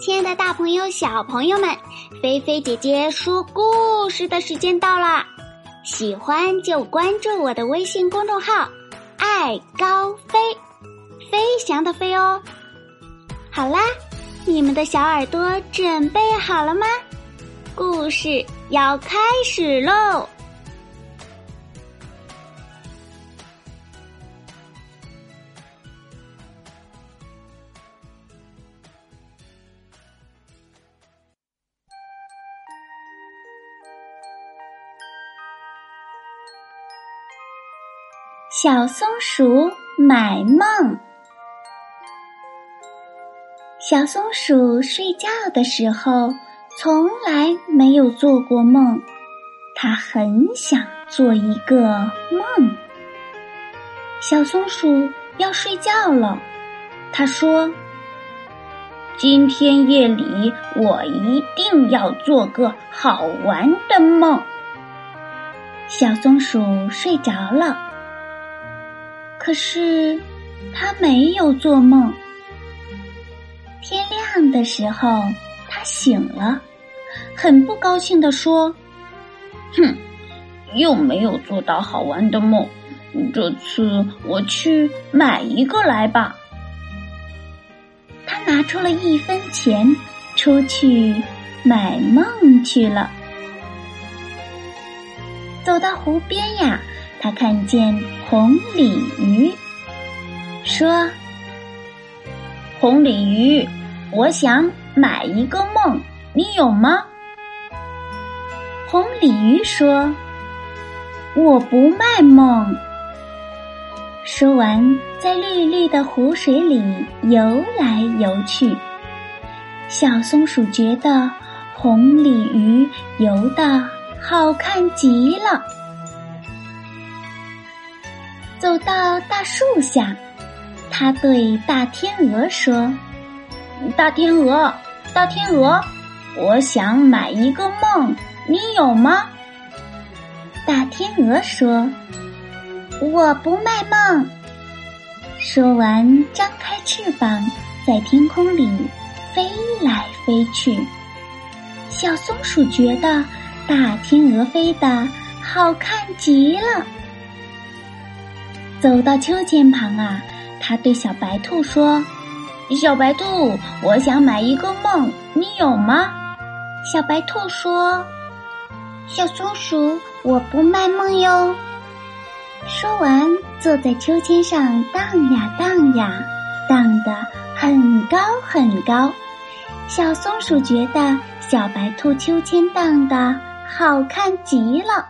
亲爱的大朋友小朋友们，菲菲姐姐说故事的时间到啦，喜欢就关注我的微信公众号爱高飞，飞翔的飞哦。好啦，你们的小耳朵准备好了吗？故事要开始喽。小松鼠买梦。小松鼠睡觉的时候从来没有做过梦，它很想做一个梦。小松鼠要睡觉了，它说：今天夜里我一定要做个好玩的梦。小松鼠睡着了，可是他没有做梦。天亮的时候，他醒了，很不高兴地说：哼，又没有做到好玩的梦，这次我去买一个来吧。他拿出了1分钱，出去买梦去了。走到湖边呀，他看见红鲤鱼，说：红鲤鱼，我想买一个梦，你有吗？红鲤鱼说：我不卖梦。说完，在绿绿的湖水里游来游去。小松鼠觉得红鲤鱼游得好看极了。走到大树下，他对大天鹅说：大天鹅，大天鹅，我想买一个梦，你有吗？大天鹅说：我不卖梦。说完，张开翅膀，在天空里飞来飞去。小松鼠觉得大天鹅飞得好看极了。走到秋千旁啊，他对小白兔说：小白兔，我想买一个梦，你有吗？小白兔说：小松鼠，我不卖梦哟。说完，坐在秋千上荡呀荡呀，荡得很高很高。小松鼠觉得小白兔秋千荡得好看极了。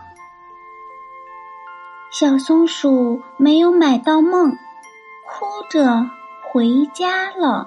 小松鼠没有买到梦，哭着回家了。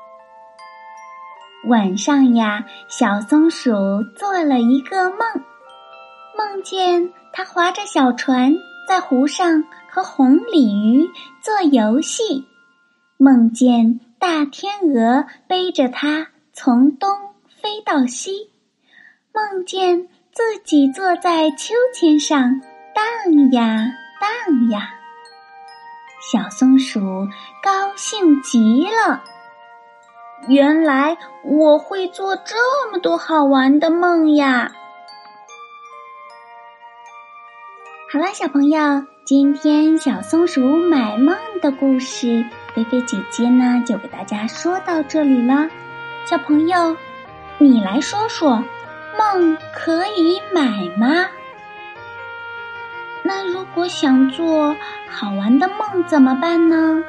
晚上呀，小松鼠做了一个梦，梦见它划着小船在湖上和红鲤鱼做游戏，梦见大天鹅背着它从东飞到西，梦见自己坐在秋千上荡呀荡呀。小松鼠高兴极了，原来我会做这么多好玩的梦呀。好啦，小朋友，今天小松鼠买梦的故事，菲菲姐姐呢就给大家说到这里了。小朋友，你来说说，梦可以买吗？那如果想做好玩的梦怎么办呢？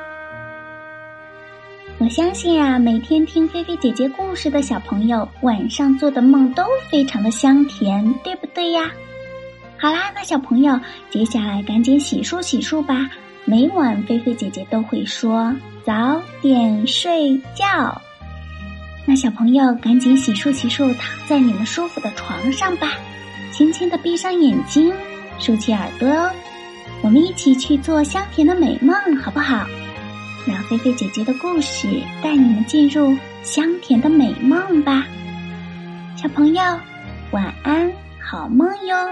我相信啊，每天听菲菲姐姐故事的小朋友，晚上做的梦都非常的香甜，对不对呀？好啦，那小朋友，接下来赶紧洗漱洗漱吧。每晚菲菲姐姐都会说早点睡觉。那小朋友赶紧洗漱洗漱，躺在你们舒服的床上吧，轻轻地闭上眼睛，竖起耳朵哦。我们一起去做香甜的美梦，好不好？让菲菲姐姐的故事带你们进入香甜的美梦吧。小朋友，晚安，好梦哟。